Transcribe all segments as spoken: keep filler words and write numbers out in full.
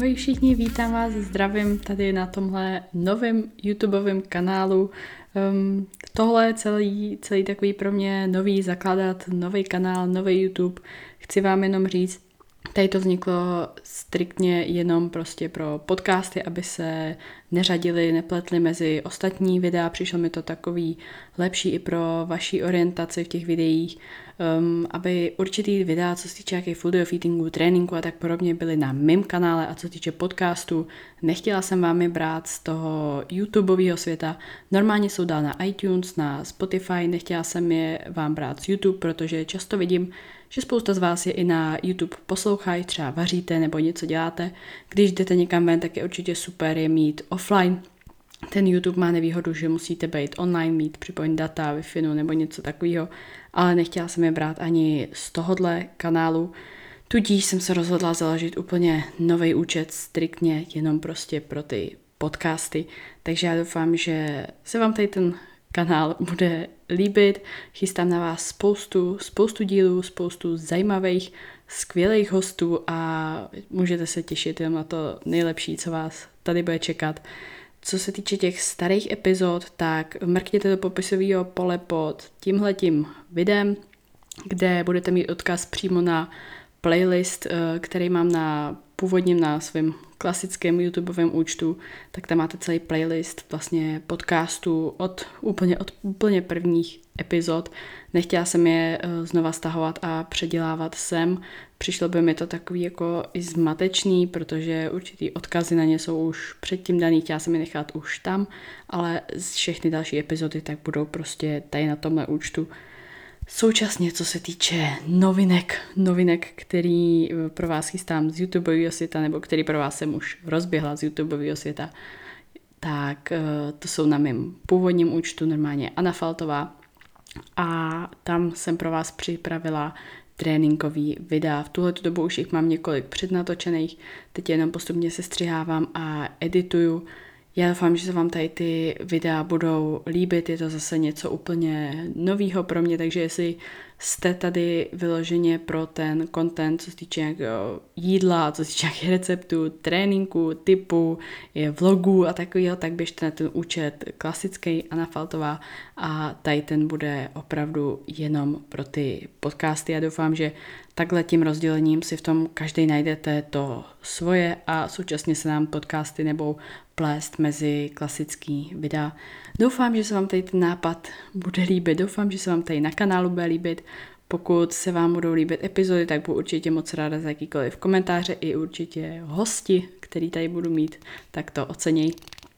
Ahoj všichni, vítám vás, zdravím tady na tomhle novém YouTubeovém kanálu. Um, tohle je celý, celý takový pro mě nový zakládat, nový kanál, nový YouTube. Chci vám jenom říct, tady to vzniklo striktně jenom prostě pro podcasty, aby se neřadili, nepletli mezi ostatní videa. Přišlo mi to takový lepší i pro vaši orientaci v těch videích, um, aby určitý videa, co se týče nějakých food of eatingu, tréninku a tak podobně, byly na mém kanále, a co se týče podcastu, nechtěla jsem vám je brát z toho YouTubeového světa. Normálně jsou dál na iTunes, na Spotify, nechtěla jsem je vám brát z YouTube, protože často vidím, že spousta z vás je i na YouTube poslouchají, třeba vaříte nebo něco děláte. Když jdete někam ven, tak je určitě super je mít offline. Ten YouTube má nevýhodu, že musíte být online, mít připojený data, Wi-Fi nebo něco takového, ale nechtěla jsem je brát ani z tohohle kanálu. Tudíž jsem se rozhodla založit úplně nový účet, striktně jenom prostě pro ty podcasty. Takže já doufám, že se vám tady ten kanál bude líbit. Chystám na vás spoustu, spoustu dílů, spoustu zajímavých, skvělých hostů a můžete se těšit jen na to nejlepší, co vás tady bude čekat. Co se týče těch starých epizod, tak mrkněte do popisového pole pod tímhletím videem, kde budete mít odkaz přímo na playlist, který mám na původním na svém klasickém YouTubeovém účtu, tak tam máte celý playlist vlastně podcastů od úplně, od úplně prvních epizod. Nechtěla jsem je znova stahovat a předělávat sem. Přišlo by mi to takový jako i zmatečný, protože určitý odkazy na ně jsou už předtím daný, chtěla jsem je nechat už tam, ale všechny další epizody tak budou prostě tady na tomhle účtu. Současně, co se týče novinek, novinek, který pro vás chystám z YouTubeového světa, nebo který pro vás jsem už rozběhla z YouTubeového světa, tak to jsou na mém původním účtu, normálně Anna Faltová. A tam jsem pro vás připravila tréninkový videa. V tuhle dobu už jich mám několik přednatočených, teď jenom postupně se střihávám a edituju. Já doufám, že se vám tady ty videa budou líbit, je to zase něco úplně novýho pro mě, takže jestli jste tady vyloženě pro ten content, co se týče nějakého jídla, co se týče nějakých receptů, tréninku, typu, vlogů a takového, tak běžte na ten účet klasický Anna Faltová a tady ten bude opravdu jenom pro ty podcasty. Já doufám, že takhle tím rozdělením si v tom každý najdete to svoje a současně se nám podcasty nebudou plést mezi klasický videa. Doufám, že se vám tady ten nápad bude líbit, doufám, že se vám tady na kanálu bude líbit. Pokud se vám budou líbit epizody, tak budu určitě moc ráda za jakýkoliv komentáře i určitě hosti, který tady budu mít, tak to oceněj.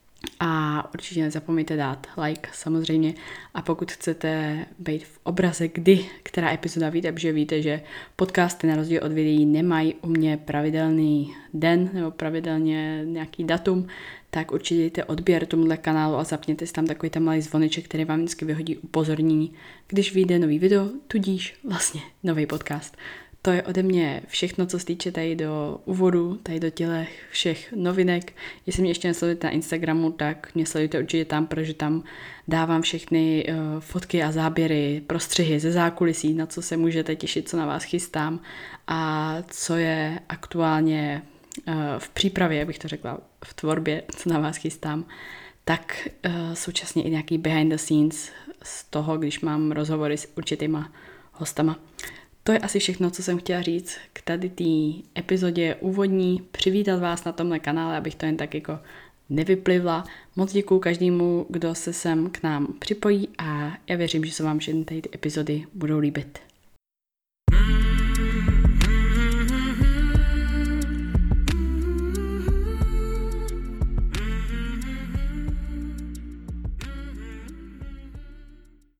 A určitě nezapomeňte dát like samozřejmě a pokud chcete být v obraze, kdy která epizoda vyjde, protože víte, že podcasty na rozdíl od videí nemají u mě pravidelný den nebo pravidelně nějaký datum, tak určitě dejte odběr tomuhle kanálu a zapněte si tam takový tam malý zvoneček, který vám vždycky vyhodí upozornění, když vyjde nový video, tudíž vlastně nový podcast. To je ode mě všechno, co se týče tady do úvodu, tady do těch všech novinek. Jestli mě ještě nesledujete na Instagramu, tak mě sledujte určitě tam, protože tam dávám všechny uh, fotky a záběry, prostřihy ze zákulisí, na co se můžete těšit, co na vás chystám a co je aktuálně uh, v přípravě, abych to řekla, v tvorbě, co na vás chystám. Tak uh, současně i nějaký behind the scenes z toho, když mám rozhovory s určitýma hostama. To je asi všechno, co jsem chtěla říct k tady té epizodě úvodní. Přivítat vás na tomhle kanále, abych to jen tak jako nevyplivla. Moc děkuju každému, kdo se sem k nám připojí a já věřím, že se vám všechny tady ty epizody budou líbit.